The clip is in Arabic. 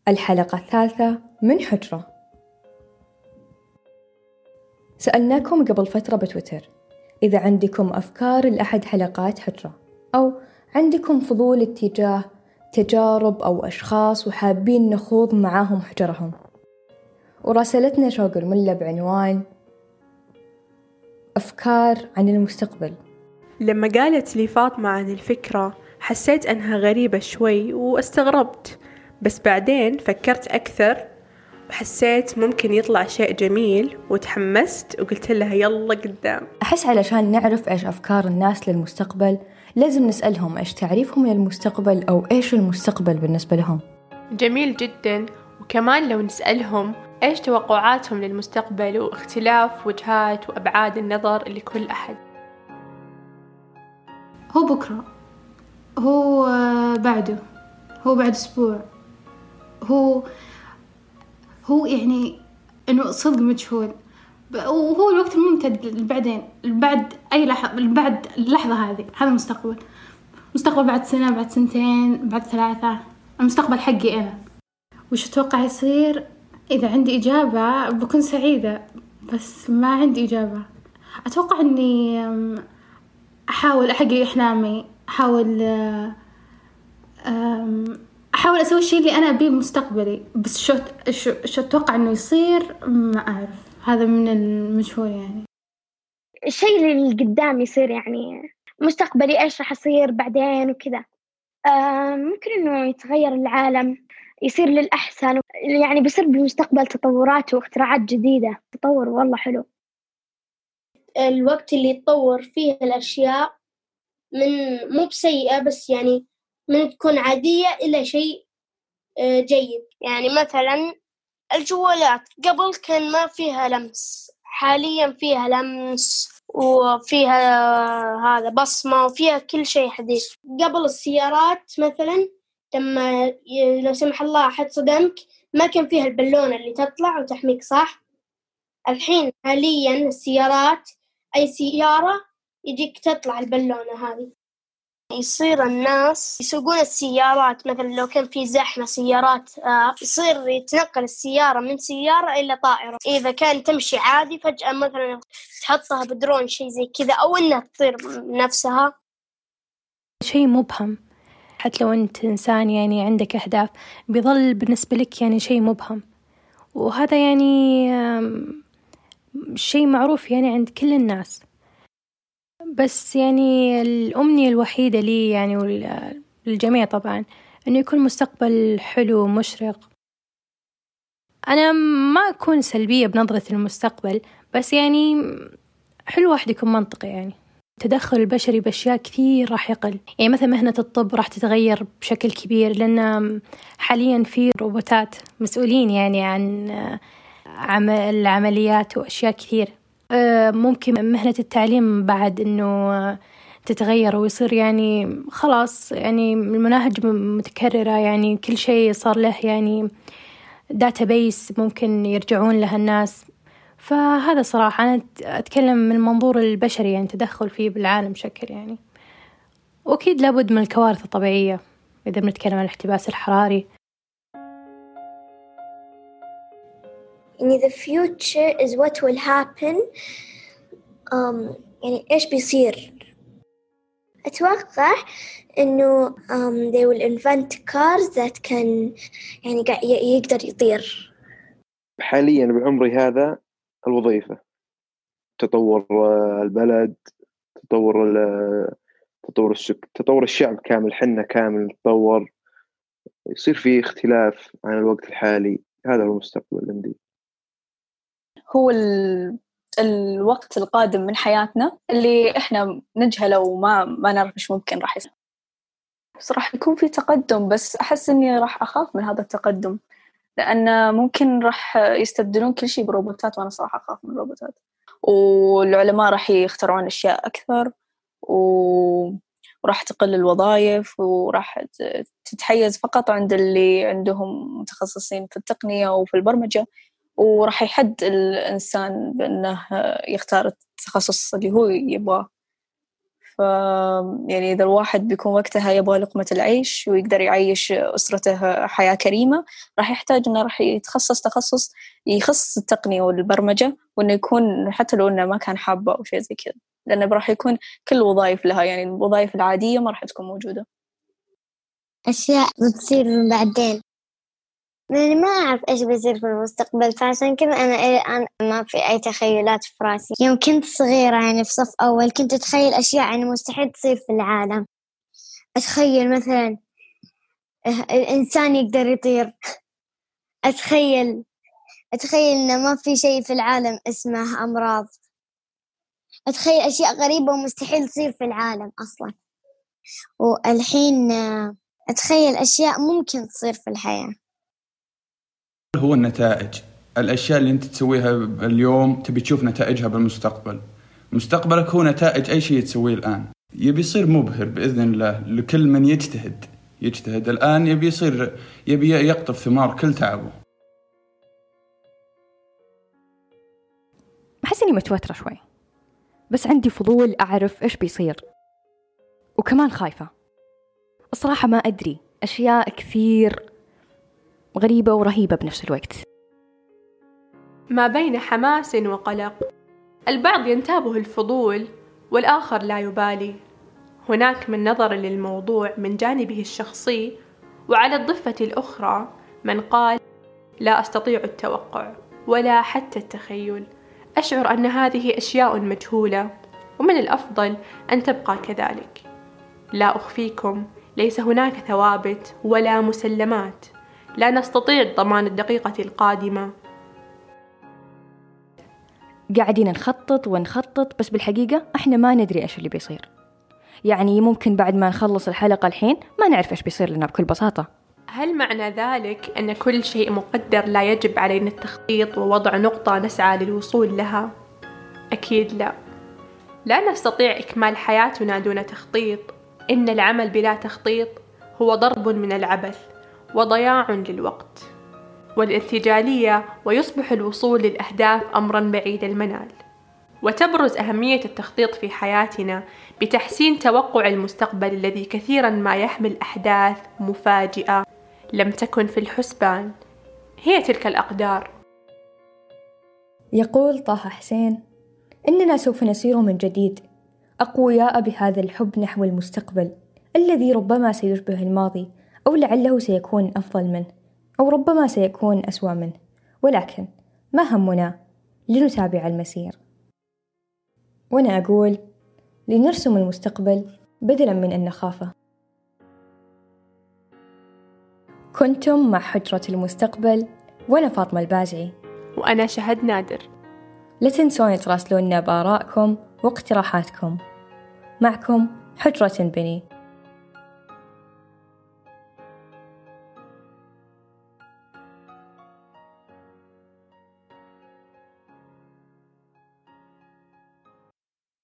الحلقة الثالثة من حجرة. سألناكم قبل فترة بتويتر إذا عندكم أفكار لأحد حلقات حجرة، أو عندكم فضول اتجاه تجارب أو أشخاص وحابين نخوض معاهم حجرهم. وراسلتنا شوق الملة بعنوان أفكار عن المستقبل. لما قالت لي فاطمة عن الفكرة حسيت أنها غريبة شوي واستغربت، بس بعدين فكرت أكثر وحسيت ممكن يطلع شيء جميل وتحمست وقلت لها يلا قدام. أحس علشان نعرف إيش أفكار الناس للمستقبل لازم نسألهم إيش تعريفهم للمستقبل أو إيش المستقبل بالنسبة لهم. جميل جدا، وكمان لو نسألهم إيش توقعاتهم للمستقبل واختلاف وجهات وأبعاد النظر لكل أحد. هو بكرة، هو بعده، هو بعد أسبوع، هو يعني إنه صدق مجهول، وهو الوقت الممتد بعدين، بعد أي لحظة، بعد اللحظة هذه، هذا المستقبل. مستقبل بعد سنة، بعد سنتين، بعد 3. المستقبل حقي أنا. وش أتوقع يصير؟ إذا عندي إجابة بكون سعيدة، بس ما عندي إجابة. أتوقع إني أحاول أحقق أحلامي، أحاول أسوي الشيء اللي أنا أبيه بمستقبلي، بس شو أتوقع إنه يصير ما أعرف، هذا من المجهول يعني. الشيء اللي قدام يصير، يعني مستقبلي إيش راح يصير بعدين وكذا. ممكن إنه يتغير العالم، يصير للأحسن، يعني بيصير بالمستقبل تطورات واختراعات جديدة. تطور والله حلو. الوقت اللي يتطور فيه الأشياء من مو بسيئة، بس يعني من تكون عادية إلى شيء جيد. يعني مثلا الجوالات قبل كان ما فيها لمس، حاليا فيها لمس وفيها هذا بصمة وفيها كل شيء حديث. قبل السيارات مثلا لما لو سمح الله أحد صدمك ما كان فيها البالونة اللي تطلع وتحميك، صح؟ الحين حاليا السيارات أي سيارة يجيك تطلع البالونة هذه. يصير الناس يسوقون السيارات، مثلا لو كان في زحمة سيارات يصير يتنقل السيارة من سيارة إلى طائرة. إذا كان تمشي عادي فجأة مثلا تحطها بدرون شيء زي كذا، أو إنها تطير نفسها. شيء مبهم، حتى لو أنت إنسان يعني عندك أهداف بيظل بالنسبة لك يعني شيء مبهم، وهذا يعني شيء معروف يعني عند كل الناس. بس يعني الأمنية الوحيدة لي يعني والجميع طبعا إنه يكون مستقبل حلو ومشرق. أنا ما أكون سلبية بنظرة المستقبل، بس يعني حلو واحد يكون منطقي. يعني التدخل البشري بأشياء كثير راح يقل. يعني مثلا مهنة الطب راح تتغير بشكل كبير، لأن حاليا في روبوتات مسؤولين يعني عن العمليات وأشياء كثير. ممكن مهنة التعليم بعد إنه تتغير ويصير يعني خلاص يعني المناهج متكررة، يعني كل شيء صار له يعني داتابيس ممكن يرجعون لها الناس. فهذا صراحة أنا أتكلم من المنظور البشري، يعني تدخل فيه بالعالم بشكل يعني. وأكيد لابد من الكوارث الطبيعية إذا بنتكلم عن الاحتباس الحراري. يعني the future is what will happen. يعني إيش بيصير؟ أتوقع إنه they will invent cars that can يعني يقدر يطير. حاليا بعمري هذا الوظيفة، تطور البلد، تطور الشعب كامل، حنا كامل نتطور، يصير في اختلاف عن الوقت الحالي. هذا هو المستقبل عندي. هو الوقت القادم من حياتنا اللي إحنا نجهله وما نعرف إيش ممكن راح يصير. صراحة يكون في تقدم، بس أحس إني راح أخاف من هذا التقدم، لأن ممكن راح يستبدلون كل شيء بروبوتات، وأنا صراحة أخاف من الروبوتات. والعلماء راح يخترعون أشياء أكثر وراح تقل الوظائف، وراح تتحيز فقط عند اللي عندهم متخصصين في التقنية وفي البرمجة، وراح يحد الإنسان بأنه يختار التخصص اللي هو يبغاه. يعني إذا الواحد بيكون وقتها يبغى لقمة العيش ويقدر يعيش أسرته حياة كريمة، راح يحتاج إنه راح يتخصص تخصص يخص التقنية والبرمجة، وإنه يكون حتى لو إنه ما كان حابة أو شيء زي كذا، لأنه راح يكون كل الوظائف لها، يعني الوظائف العادية ما راح تكون موجودة. أشياء بتصير من بعدين، يعني ما أعرف إيش بيصير في المستقبل، فعشان كذا أنا ما في أي تخيلات في راسي. يوم كنت صغيرة يعني في صف أول كنت أتخيل أشياء يعني مستحيل تصير في العالم. أتخيل مثلا الإنسان يقدر يطير، أتخيل إنه ما في شيء في العالم اسمه أمراض، أتخيل أشياء غريبة ومستحيل تصير في العالم أصلا. والحين أتخيل أشياء ممكن تصير في الحياة. هو النتائج، الأشياء اللي أنت تسويها اليوم تبي تشوف نتائجها بالمستقبل. مستقبلك هو نتائج أي شيء تسويه الآن. يبي يصير مبهر بإذن الله لكل من يجتهد الآن، يبي يقطف ثمار كل تعبه. أحس إني متوترة شوي، بس عندي فضول أعرف إيش بيصير، وكمان خايفة الصراحة. ما أدري، أشياء كثير غريبة ورهيبة بنفس الوقت. ما بين حماس وقلق، البعض ينتابه الفضول والآخر لا يبالي. هناك من نظر للموضوع من جانبه الشخصي، وعلى الضفة الأخرى من قال لا أستطيع التوقع ولا حتى التخيل. أشعر أن هذه أشياء مجهولة، ومن الأفضل أن تبقى كذلك. لا أخفيكم، ليس هناك ثوابت ولا مسلمات، لا نستطيع ضمان الدقيقة القادمة. قاعدين نخطط بس بالحقيقة احنا ما ندري ايش اللي بيصير. يعني ممكن بعد ما نخلص الحلقة الحين ما نعرف ايش بيصير لنا بكل بساطة. هل معنى ذلك أن كل شيء مقدر لا يجب علينا التخطيط ووضع نقطة نسعى للوصول لها؟ أكيد لا. لا نستطيع إكمال حياتنا دون تخطيط. إن العمل بلا تخطيط هو ضرب من العبث وضياع للوقت والارتجالية، ويصبح الوصول للأهداف أمرا بعيد المنال. وتبرز أهمية التخطيط في حياتنا بتحسين توقع المستقبل الذي كثيرا ما يحمل أحداث مفاجئة لم تكن في الحسبان. هي تلك الأقدار. يقول طه حسين: إننا سوف نسير من جديد أقوياء بهذا الحب نحو المستقبل الذي ربما سيشبه الماضي، أو لعله سيكون أفضل منه، أو ربما سيكون أسوأ منه، ولكن ما همنا لنتابع المسير. وأنا أقول لنرسم المستقبل بدلاً من أن نخافه. كنتم مع حجرة المستقبل، وأنا فاطمة البازعي، وأنا شهد نادر. لا تنسون تراسلونا بآرائكم واقتراحاتكم. معكم حجرة بني.